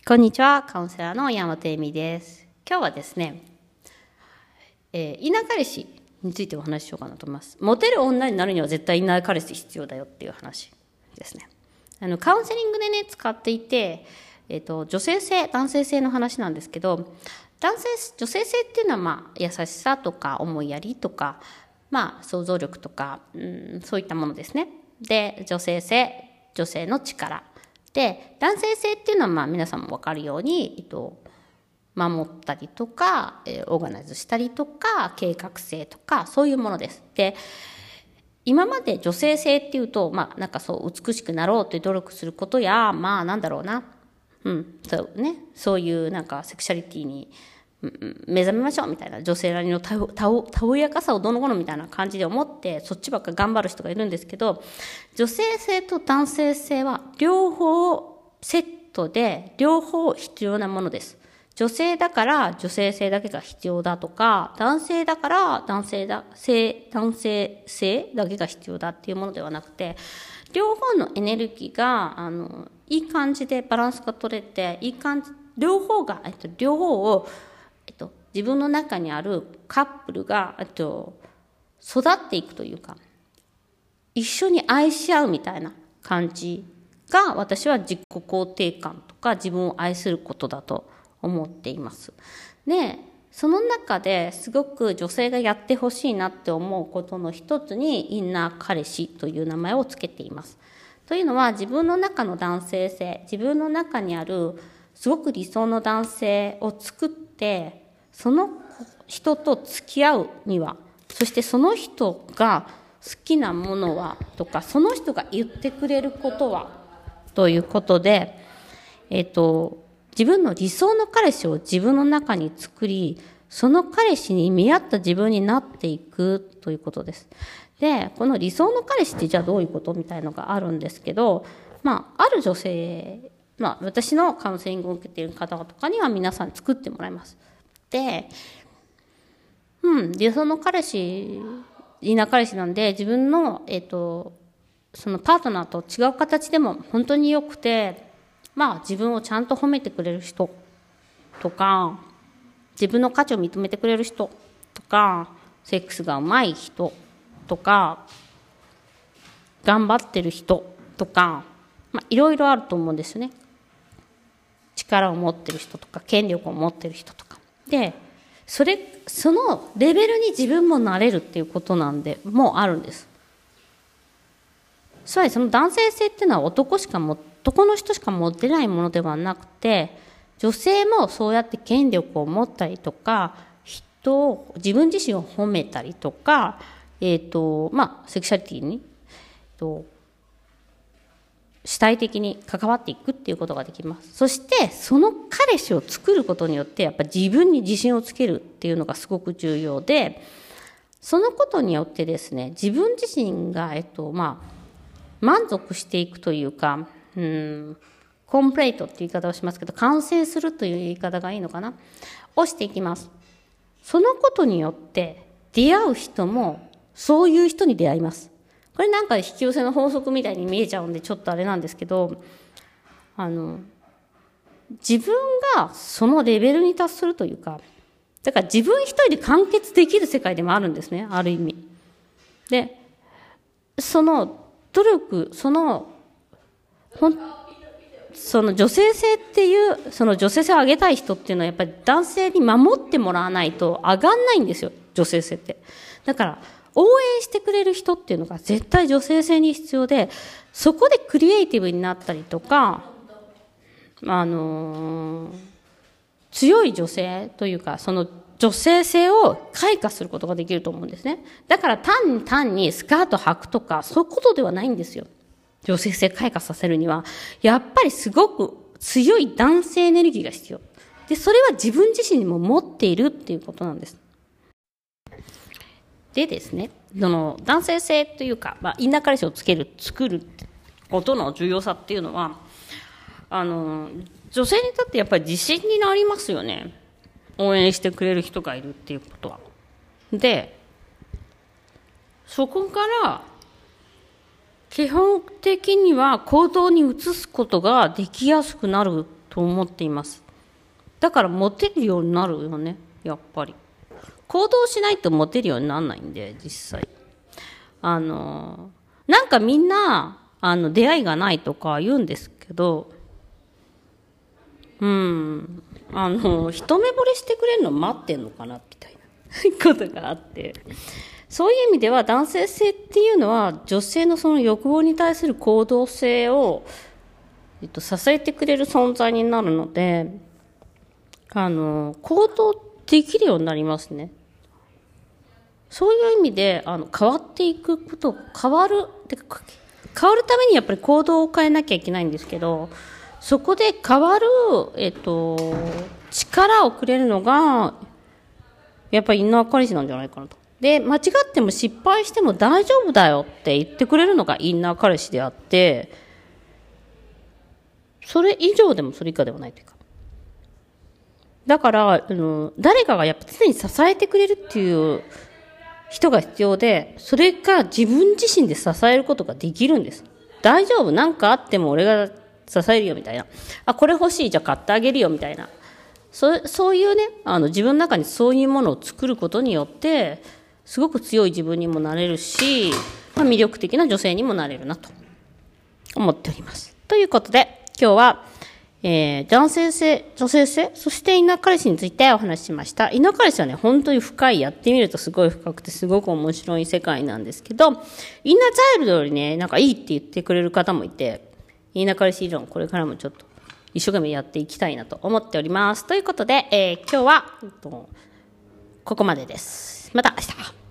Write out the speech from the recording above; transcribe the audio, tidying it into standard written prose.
こんにちは、カウンセラーの山本恵美です。今日はですね、インナー彼氏についてお話ししようかなと思います。モテる女になるには絶対インナー彼氏必要だよっていう話ですね。カウンセリングでね、使っていて、女性性、男性性の話なんですけど、女性性っていうのは優しさとか思いやりとか、想像力とか、そういったものですね。で、女性性、女性の力。で、男性性っていうのは皆さんも分かるように、守ったりとか、オーガナイズしたりとか、計画性とか、そういうものです。で、今まで女性性っていうと、そう美しくなろうという努力することや、そういうセクシャリティに目覚めましょうみたいな、女性なりのたおやかさをどのこのみたいな感じで思ってそっちばっか頑張る人がいるんですけど、女性性と男性性は両方セットで両方必要なものです。女性だから女性性だけが必要だとか、男性だから男性性だけが必要だっていうものではなくて、両方のエネルギーがいい感じでバランスが取れて、両方を自分の中にあるカップルが育っていくというか、一緒に愛し合うみたいな感じが、私は自己肯定感とか自分を愛することだと思っています。で、その中ですごく女性がやってほしいなって思うことの一つにインナー彼氏という名前をつけています。というのは、自分の中の男性性、自分の中にあるすごく理想の男性を作って、その人と付き合うには、そしてその人が好きなものはとか、その人が言ってくれることはということで、自分の理想の彼氏を自分の中に作り、その彼氏に見合った自分になっていくということです。で、この理想の彼氏ってじゃあどういうことみたいなのがあるんですけど、ある女性、私のカウンセリングを受けている方とかには皆さん作ってもらいます。で、理想の彼氏、インナー彼氏なんで、自分の、そのパートナーと違う形でも本当に良くて、自分をちゃんと褒めてくれる人とか、自分の価値を認めてくれる人とか、セックスが上手い人とか、頑張ってる人とか、いろいろあると思うんですよね。力を持ってる人とか、権力を持ってる人とか。で、そのレベルに自分もなれるっていうことなんで、もうあるんです。つまりその男性性っていうのは男の人しか持ってないものではなくて、女性もそうやって権力を持ったりとか、自分自身を褒めたりとか、セクシャリティに、主体的に関わっていくっていうことができます。そしてその彼氏を作ることによって、やっぱり自分に自信をつけるっていうのがすごく重要で、そのことによってですね、自分自身が満足していくというか、コンプレートっていう言い方をしますけど、完成するという言い方がいいのかなをしていきます。そのことによって出会う人もそういう人に出会います。これ引き寄せの法則みたいに見えちゃうんでちょっとあれなんですけど、自分がそのレベルに達するというか、だから自分一人で完結できる世界でもあるんですね、ある意味。で、その努力、その女性性っていう、その女性性を上げたい人っていうのはやっぱり男性に守ってもらわないと上がんないんですよ、女性性って。だから応援してくれる人っていうのが絶対女性性に必要で、そこでクリエイティブになったりとか、強い女性というか、その女性性を開花することができると思うんですね。だから単にスカート履くとかそういうことではないんですよ。女性性開花させるにはやっぱりすごく強い男性エネルギーが必要で、それは自分自身にも持っているっていうことなんです。でですね、その男性性というか、インナー彼氏を作ることの重要さっていうのは、女性にとってやっぱり自信になりますよね。応援してくれる人がいるっていうことは。で、そこから基本的には行動に移すことができやすくなると思っています。だからモテるようになるよね、やっぱり。行動しないとモテるようにならないんで、実際。なんかみんな、出会いがないとか言うんですけど、一目惚れしてくれるの待ってんのかな、みたいなことがあって。そういう意味では男性性っていうのは女性のその欲望に対する行動性を、支えてくれる存在になるので、行動できるようになりますね。そういう意味で、変わっていくこと、変わるためにやっぱり行動を変えなきゃいけないんですけど、そこで変わる、力をくれるのが、やっぱりインナー彼氏なんじゃないかなと。で、間違っても失敗しても大丈夫だよって言ってくれるのがインナー彼氏であって、それ以上でもそれ以下ではないというか。だから、誰かがやっぱ常に支えてくれるっていう人が必要で、それが自分自身で支えることができるんです。大丈夫、なんかあっても俺が支えるよみたいな。あ、これ欲しい、じゃあ買ってあげるよみたいな。そういうね、自分の中にそういうものを作ることによって、すごく強い自分にもなれるし、魅力的な女性にもなれるなと思っております。ということで、今日は、男性性、女性性、そしてインナー彼氏についてお話ししました。インナー彼氏はね、本当に深い、やってみるとすごい深くてすごく面白い世界なんですけど、インナーチャイルドよりね、なんかいいって言ってくれる方もいて、インナー彼氏理論、これからもちょっと一生懸命やっていきたいなと思っております。ということで、今日は、ここまでです。また明日。